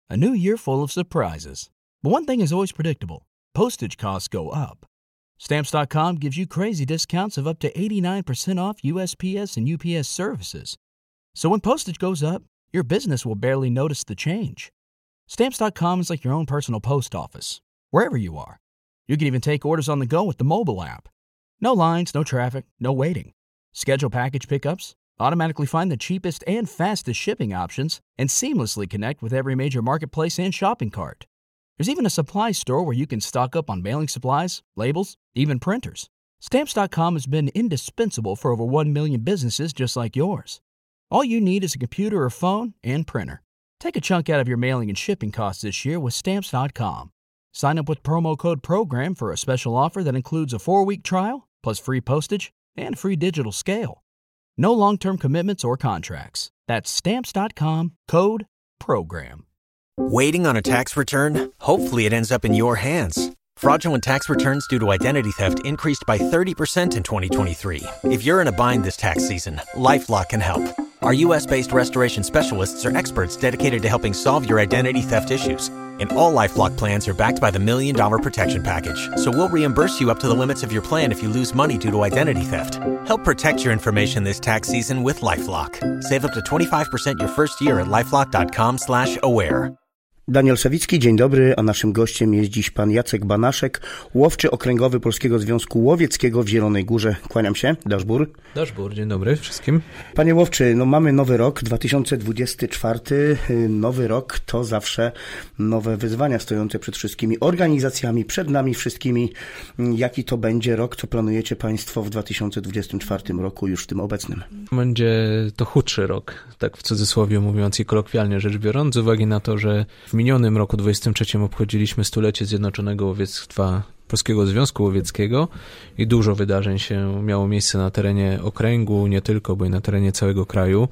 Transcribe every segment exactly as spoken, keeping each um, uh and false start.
A new year full of surprises. But one thing is always predictable. Postage costs go up. Stamps dot com gives you crazy discounts of up to eighty-nine percent off U S P S and U P S services. So when postage goes up, your business will barely notice the change. Stamps dot com is like your own personal post office, wherever you are. You can even take orders on the go with the mobile app. No lines, no traffic, no waiting. Schedule package pickups, automatically find the cheapest and fastest shipping options, and seamlessly connect with every major marketplace and shopping cart. There's even a supply store where you can stock up on mailing supplies, labels, even printers. Stamps dot com has been indispensable for over one million businesses just like yours. All you need is a computer or phone and printer. Take a chunk out of your mailing and shipping costs this year with Stamps dot com. Sign up with promo code PROGRAM for a special offer that includes a four-week trial, plus free postage and free digital scale. No long-term commitments or contracts. That's Stamps dot com, code PROGRAM. Waiting on a tax return? Hopefully it ends up in your hands. Fraudulent tax returns due to identity theft increased by thirty percent in twenty twenty-three. If you're in a bind this tax season, LifeLock can help. Our U S-based restoration specialists are experts dedicated to helping solve your identity theft issues. And all LifeLock plans are backed by the Million Dollar Protection Package. So we'll reimburse you up to the limits of your plan if you lose money due to identity theft. Help protect your information this tax season with LifeLock. Save up to twenty-five percent your first year at lifelock dot com slash aware. Daniel Sawicki, dzień dobry, a naszym gościem jest dziś pan Jacek Banaszek, łowczy okręgowy Polskiego Związku Łowieckiego w Zielonej Górze. Kłaniam się, Daszbur. Daszbur, dzień dobry wszystkim. Panie łowczy, no mamy nowy rok, dwa tysiące dwudziesty czwarty. Nowy rok to zawsze nowe wyzwania stojące przed wszystkimi organizacjami, przed nami wszystkimi. Jaki to będzie rok, co planujecie państwo w dwa tysiące dwudziestym czwartym roku, już w tym obecnym? Będzie to chudszy rok, tak w cudzysłowie mówiąc i kolokwialnie rzecz biorąc, z uwagi na to, że w minionym roku dwudziestym trzecim obchodziliśmy stulecie Zjednoczonego Łowiectwa Polskiego Związku Łowieckiego i dużo wydarzeń się miało miejsce na terenie okręgu, nie tylko, bo i na terenie całego kraju,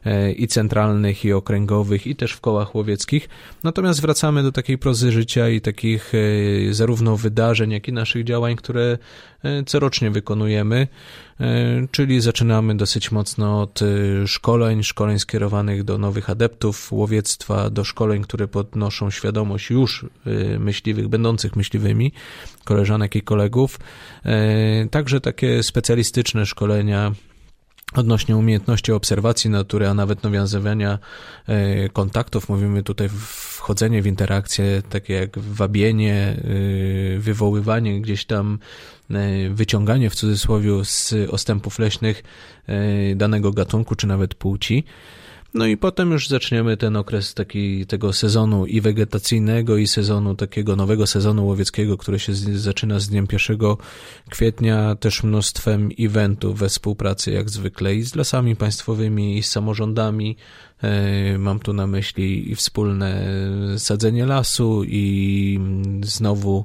i centralnych, i okręgowych, i też w kołach łowieckich. Natomiast wracamy do takiej prozy życia i takich zarówno wydarzeń, jak i naszych działań, które corocznie wykonujemy, czyli zaczynamy dosyć mocno od szkoleń, szkoleń skierowanych do nowych adeptów łowiectwa, do szkoleń, które podnoszą świadomość już myśliwych, będących myśliwymi, koleżanek i kolegów, także takie specjalistyczne szkolenia odnośnie umiejętności obserwacji natury, a nawet nawiązywania kontaktów. Mówimy tutaj wchodzenie w interakcje, takie jak wabienie, wywoływanie gdzieś tam, wyciąganie w cudzysłowie z ostępów leśnych danego gatunku, czy nawet płci. No i potem już zaczniemy ten okres taki, tego sezonu i wegetacyjnego, i sezonu takiego nowego sezonu łowieckiego, który się z, zaczyna z dniem pierwszego kwietnia, też mnóstwem eventów we współpracy jak zwykle i z lasami państwowymi, i z samorządami. Mam tu na myśli i wspólne sadzenie lasu, i znowu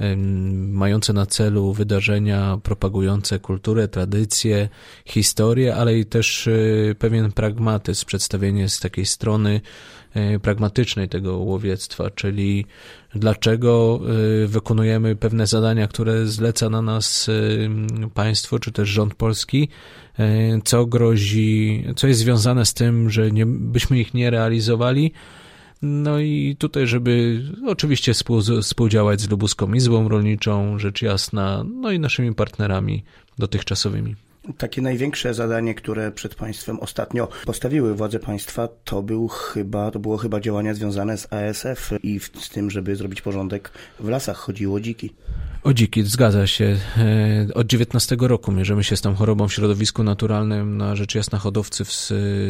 mające na celu wydarzenia propagujące kulturę, tradycję, historię, ale i też pewien pragmatyzm, przedstawienie z takiej strony pragmatycznej tego łowiectwa, czyli dlaczego wykonujemy pewne zadania, które zleca na nas państwo, czy też rząd polski, co grozi, co jest związane z tym, że nie, byśmy ich nie realizowali. No i tutaj, żeby oczywiście współ, współdziałać z Lubuską Izbą Rolniczą, rzecz jasna, no i naszymi partnerami dotychczasowymi. Takie największe zadanie, które przed państwem ostatnio postawiły władze państwa, to był chyba, to było chyba działania związane z A S F i z tym, żeby zrobić porządek w lasach. Chodziło o dziki. O dziki, zgadza się. Od dziewiętnastego roku mierzymy się z tą chorobą w środowisku naturalnym, na rzecz jasna hodowcy w,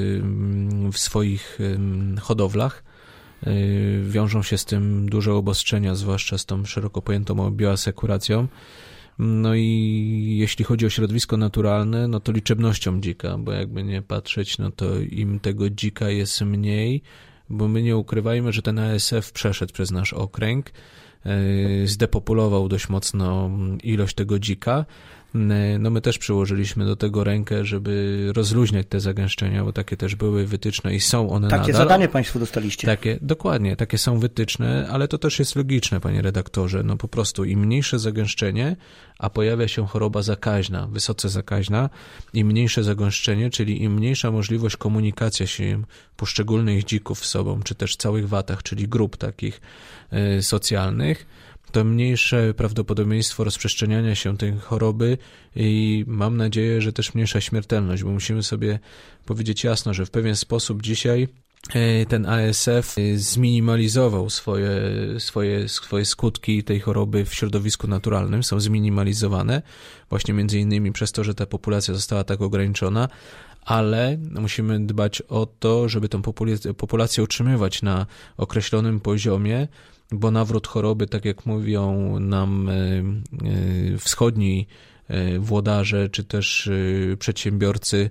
w swoich hodowlach. Wiążą się z tym duże obostrzenia, zwłaszcza z tą szeroko pojętą bioasekuracją. No i jeśli chodzi o środowisko naturalne, no to liczebnością dzika, bo jakby nie patrzeć, no to im tego dzika jest mniej, bo my nie ukrywajmy, że ten A S F przeszedł przez nasz okręg. zdepopulował dość mocno ilość tego dzika. No my też przyłożyliśmy do tego rękę, żeby rozluźniać te zagęszczenia, bo takie też były wytyczne i są one takie nadal. Takie zadanie państwo dostaliście. Takie, dokładnie, takie są wytyczne, ale to też jest logiczne, panie redaktorze. No po prostu im mniejsze zagęszczenie, a pojawia się choroba zakaźna, wysoce zakaźna, im mniejsze zagęszczenie, czyli im mniejsza możliwość komunikacji się poszczególnych dzików z sobą, czy też całych watach, czyli grup takich y, socjalnych, to mniejsze prawdopodobieństwo rozprzestrzeniania się tej choroby i mam nadzieję, że też mniejsza śmiertelność, bo musimy sobie powiedzieć jasno, że w pewien sposób dzisiaj ten A S F zminimalizował swoje, swoje, swoje skutki tej choroby w środowisku naturalnym, są zminimalizowane właśnie między innymi przez to, że ta populacja została tak ograniczona, ale musimy dbać o to, żeby tę populację utrzymywać na określonym poziomie, bo nawrót choroby, tak jak mówią nam wschodni włodarze, czy też przedsiębiorcy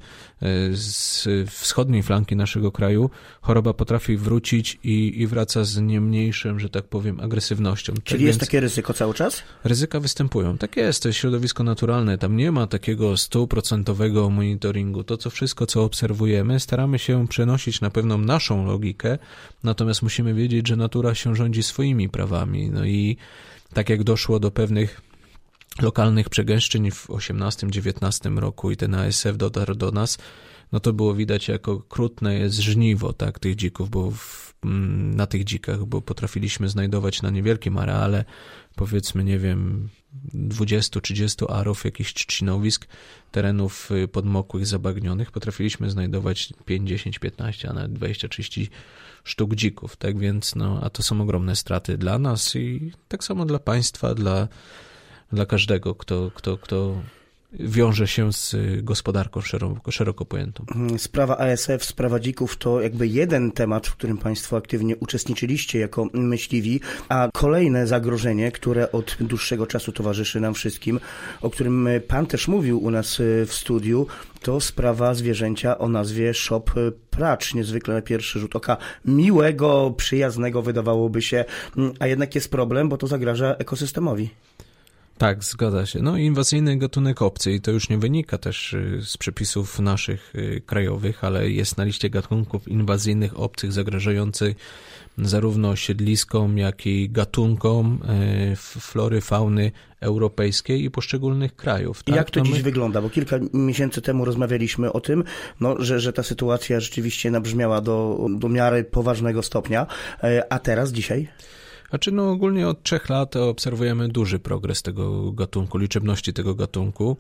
z wschodniej flanki naszego kraju, choroba potrafi wrócić i, i wraca z nie mniejszym, że tak powiem, agresywnością. Czyli tak jest więc takie ryzyko cały czas? Ryzyka występują. Tak jest, to jest środowisko naturalne, tam nie ma takiego stuprocentowego monitoringu. To, co wszystko, co obserwujemy, staramy się przenosić na pewną naszą logikę, natomiast musimy wiedzieć, że natura się rządzi swoimi prawami. No i tak jak doszło do pewnych lokalnych przegęszczeń w osiemnastym dziewiętnastym roku i ten A S F dotarł do nas, no to było widać, jak okrutne jest żniwo, tak, tych dzików, bo w, na tych dzikach, bo potrafiliśmy znajdować na niewielkim areale, powiedzmy, nie wiem, dwadzieścia trzydzieści arów jakichś trzcinowisk, terenów podmokłych, zabagnionych, potrafiliśmy znajdować pięć, dziesięć, piętnaście, a nawet dwadzieścia trzydzieści sztuk dzików, tak więc, no, a to są ogromne straty dla nas i tak samo dla państwa, dla dla każdego, kto, kto, kto wiąże się z gospodarką szeroko, szeroko pojętą. Sprawa A S F, sprawa dzików to jakby jeden temat, w którym państwo aktywnie uczestniczyliście jako myśliwi, a kolejne zagrożenie, które od dłuższego czasu towarzyszy nam wszystkim, o którym pan też mówił u nas w studiu, to sprawa zwierzęcia o nazwie szop pracz. Niezwykle na pierwszy rzut oka miłego, przyjaznego wydawałoby się, a jednak jest problem, bo to zagraża ekosystemowi. Tak, zgadza się. No inwazyjny gatunek obcy i to już nie wynika też z przepisów naszych krajowych, ale jest na liście gatunków inwazyjnych obcych zagrażających zarówno siedliskom, jak i gatunkom flory, fauny europejskiej i poszczególnych krajów. Tak? I jak to no dziś my... wygląda? Bo kilka miesięcy temu rozmawialiśmy o tym, no, że, że ta sytuacja rzeczywiście nabrzmiała do, do miary poważnego stopnia, a teraz, dzisiaj? Znaczy, no ogólnie od trzech lat obserwujemy duży progres tego gatunku, liczebności tego gatunku.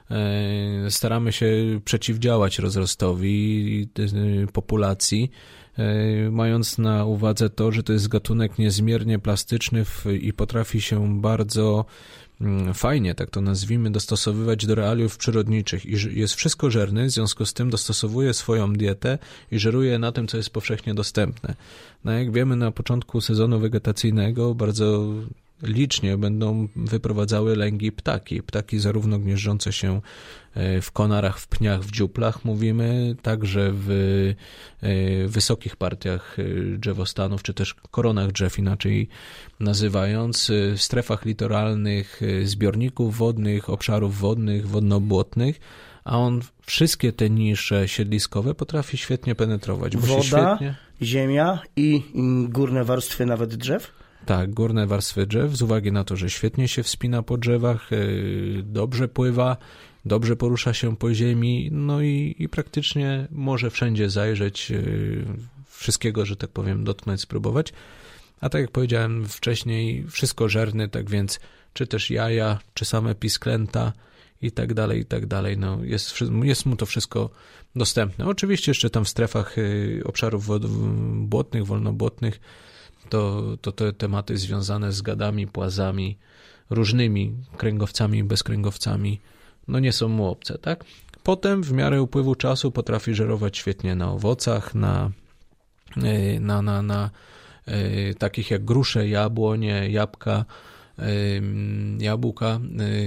Staramy się przeciwdziałać rozrostowi populacji, mając na uwadze to, że to jest gatunek niezmiernie plastyczny i potrafi się bardzo fajnie, tak to nazwijmy, dostosowywać do realiów przyrodniczych i jest wszystkożerny, w związku z tym dostosowuje swoją dietę i żeruje na tym, co jest powszechnie dostępne. No jak wiemy, na początku sezonu wegetacyjnego bardzo licznie będą wyprowadzały lęgi ptaki. Ptaki zarówno gnieżdżące się w konarach, w pniach, w dziuplach, mówimy, także w wysokich partiach drzewostanów, czy też koronach drzew, inaczej nazywając, w strefach litoralnych, zbiorników wodnych, obszarów wodnych, wodno-błotnych, a on wszystkie te nisze siedliskowe potrafi świetnie penetrować. Bo Woda, się świetnie... ziemia i górne warstwy nawet drzew? Tak, górne warstwy drzew, z uwagi na to, że świetnie się wspina po drzewach, dobrze pływa, dobrze porusza się po ziemi, no i, i praktycznie może wszędzie zajrzeć, wszystkiego, że tak powiem, dotknąć, spróbować. A tak jak powiedziałem wcześniej, wszystkożerny, tak więc czy też jaja, czy same pisklęta i tak dalej, i tak dalej. No jest, jest mu to wszystko dostępne. Oczywiście jeszcze tam w strefach obszarów błotnych, wolnobłotnych, to, to te tematy związane z gadami, płazami, różnymi kręgowcami i bezkręgowcami, no nie są mu obce, tak? Potem w miarę upływu czasu potrafi żerować świetnie na owocach, na, na, na, na y, takich jak grusze, jabłonie, jabłka, y, jabłka.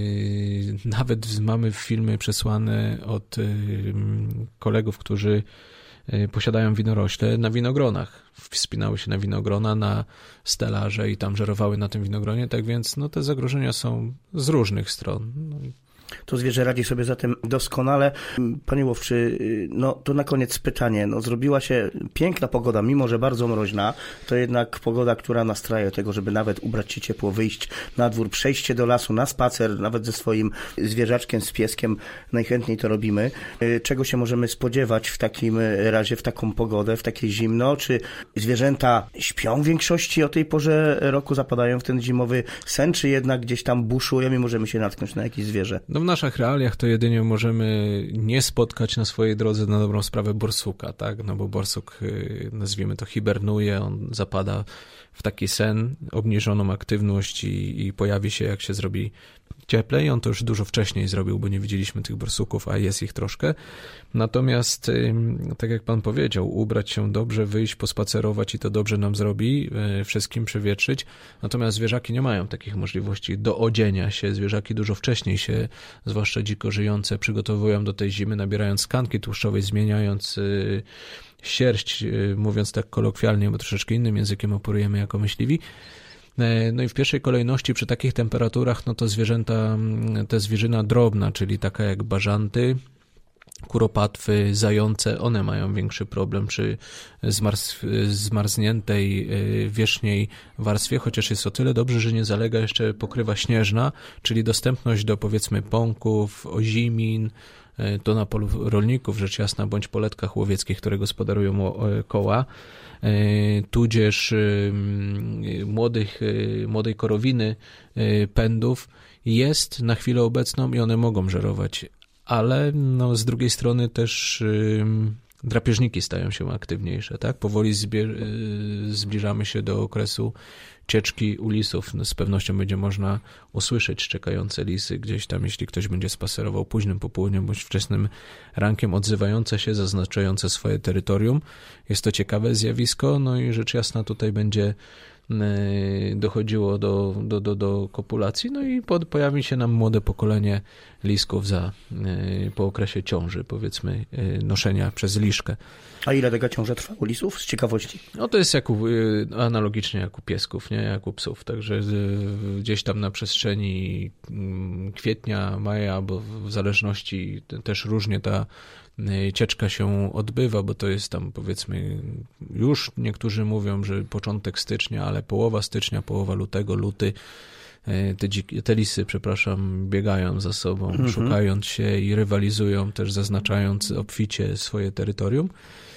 Y, nawet mamy filmy przesłane od y, kolegów, którzy posiadają winorośle na winogronach. Wspinały się na winogrona, na stelaże i tam żerowały na tym winogronie, tak więc no, te zagrożenia są z różnych stron. No. To zwierzę radzi sobie zatem doskonale. Panie łowczy, no to na koniec pytanie. No, zrobiła się piękna pogoda, mimo że bardzo mroźna, to jednak pogoda, która nastraja do tego, żeby nawet ubrać się ciepło, wyjść na dwór, przejść się do lasu, na spacer, nawet ze swoim zwierzaczkiem, z pieskiem. Najchętniej to robimy. Czego się możemy spodziewać w takim razie, w taką pogodę, w takie zimno? Czy zwierzęta śpią w większości o tej porze roku, zapadają w ten zimowy sen, czy jednak gdzieś tam buszują i możemy się natknąć na jakieś zwierzę? No w naszych realiach to jedynie możemy nie spotkać na swojej drodze na dobrą sprawę borsuka, tak? No bo borsuk, nazwijmy to, hibernuje, on zapada w taki sen, obniżoną aktywność i, i pojawi się, jak się zrobi cieplej. On to już dużo wcześniej zrobił, bo nie widzieliśmy tych borsuków, a jest ich troszkę. Natomiast, tak jak pan powiedział, ubrać się dobrze, wyjść, pospacerować i to dobrze nam zrobi, wszystkim przewietrzyć. Natomiast zwierzaki nie mają takich możliwości do odzienia się. Zwierzaki dużo wcześniej się, zwłaszcza dziko żyjące, przygotowują do tej zimy, nabierając tkanki tłuszczowej, zmieniając sierść, mówiąc tak kolokwialnie, bo troszeczkę innym językiem operujemy jako myśliwi. No i w pierwszej kolejności przy takich temperaturach, no to zwierzęta, te zwierzyna drobna, czyli taka jak bażanty, kuropatwy, zające, one mają większy problem przy zmarz, zmarzniętej wierzchniej warstwie, chociaż jest o tyle dobrze, że nie zalega jeszcze pokrywa śnieżna, czyli dostępność do, powiedzmy, pąków, ozimin, to na polu rolników, rzecz jasna, bądź poletkach łowieckich, które gospodarują koła, tudzież młodych, młodej korowiny, pędów jest na chwilę obecną i one mogą żerować, ale no, z drugiej strony też drapieżniki stają się aktywniejsze, tak? Powoli zbie- zbliżamy się do okresu cieczki u lisów. No, z pewnością będzie można usłyszeć szczekające lisy gdzieś tam, jeśli ktoś będzie spacerował późnym popołudniem bądź wczesnym rankiem, odzywające się, zaznaczające swoje terytorium. Jest to ciekawe zjawisko, no i rzecz jasna tutaj będzie dochodziło do, do, do, do kopulacji, no i pod, pojawi się nam młode pokolenie lisków za, po okresie ciąży, powiedzmy, noszenia przez liszkę. A ile taka ciąża trwa u lisów? Z ciekawości. No to jest jak u, analogicznie jak u piesków, nie? Jak u psów, także gdzieś tam na przestrzeni kwietnia, maja, bo w zależności też różnie ta cieczka się odbywa, bo to jest tam, powiedzmy, już niektórzy mówią, że początek stycznia, ale połowa stycznia, połowa lutego, luty, te, dziki, te lisy, przepraszam, biegają za sobą, mhm. szukając się i rywalizują, też zaznaczając obficie swoje terytorium.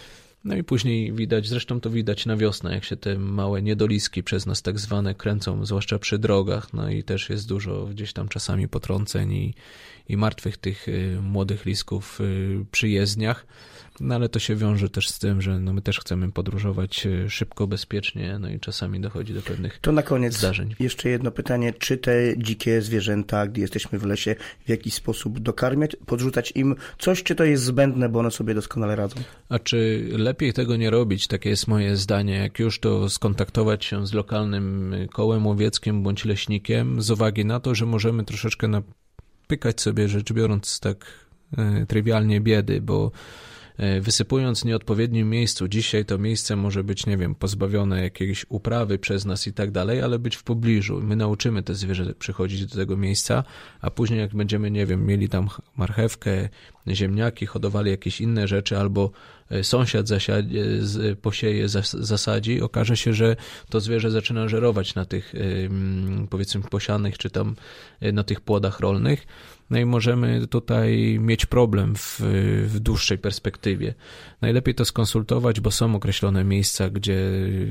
No i później widać, zresztą to widać na wiosnę, jak się te małe niedoliski przez nas tak zwane kręcą, zwłaszcza przy drogach, no i też jest dużo gdzieś tam czasami potrąceń i, i martwych tych y, młodych lisków y, przy jezdniach, no ale to się wiąże też z tym, że no my też chcemy podróżować szybko, bezpiecznie, no i czasami dochodzi do pewnych to na koniec zdarzeń. Jeszcze jedno pytanie, czy te dzikie zwierzęta, gdy jesteśmy w lesie, w jakiś sposób dokarmiać, podrzucać im coś, czy to jest zbędne, bo one sobie doskonale radzą? A czy lepiej tego nie robić, takie jest moje zdanie, jak już to skontaktować się z lokalnym kołem łowieckim bądź leśnikiem, z uwagi na to, że możemy troszeczkę napykać sobie, rzecz biorąc tak e, trywialnie, biedy, bo wysypując w nieodpowiednim miejscu, dzisiaj to miejsce może być, nie wiem, pozbawione jakiejś uprawy przez nas i tak dalej, ale być w pobliżu. My nauczymy te zwierzę przychodzić do tego miejsca, a później jak będziemy, nie wiem, mieli tam marchewkę, ziemniaki, hodowali jakieś inne rzeczy, albo sąsiad zasiadzie, posieje, zasadzi, okaże się, że to zwierzę zaczyna żerować na tych, powiedzmy, posianych, czy tam na tych płodach rolnych. No i możemy tutaj mieć problem w, w dłuższej perspektywie. Najlepiej to skonsultować, bo są określone miejsca, gdzie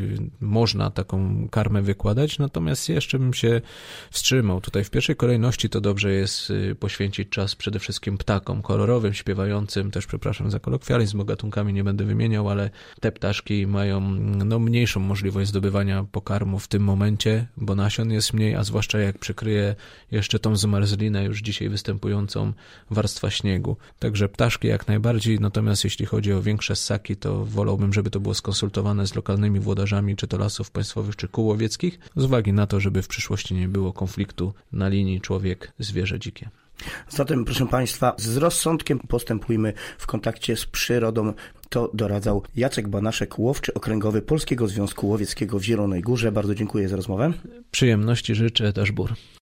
można taką karmę wykładać, natomiast jeszcze bym się wstrzymał. Tutaj w pierwszej kolejności to dobrze jest poświęcić czas przede wszystkim ptakom kolorowym, śpiewającym, też przepraszam za kolokwializm, bo gatunkami nie będę wymieniał, ale te ptaszki mają no, mniejszą możliwość zdobywania pokarmu w tym momencie, bo nasion jest mniej, a zwłaszcza jak przykryje jeszcze tą zmarzlinę już dzisiaj występującą warstwa śniegu. Także ptaszki jak najbardziej, natomiast jeśli chodzi o większe ssaki, to wolałbym, żeby to było skonsultowane z lokalnymi włodarzami, czy to lasów państwowych, czy kół łowieckich, z uwagi na to, żeby w przyszłości nie było konfliktu na linii człowiek-zwierzę dzikie. Zatem, proszę Państwa, z rozsądkiem postępujmy w kontakcie z przyrodą. To doradzał Jacek Banaszek, łowczy okręgowy Polskiego Związku Łowieckiego w Zielonej Górze. Bardzo dziękuję za rozmowę. Przyjemności życzę, Daszbur.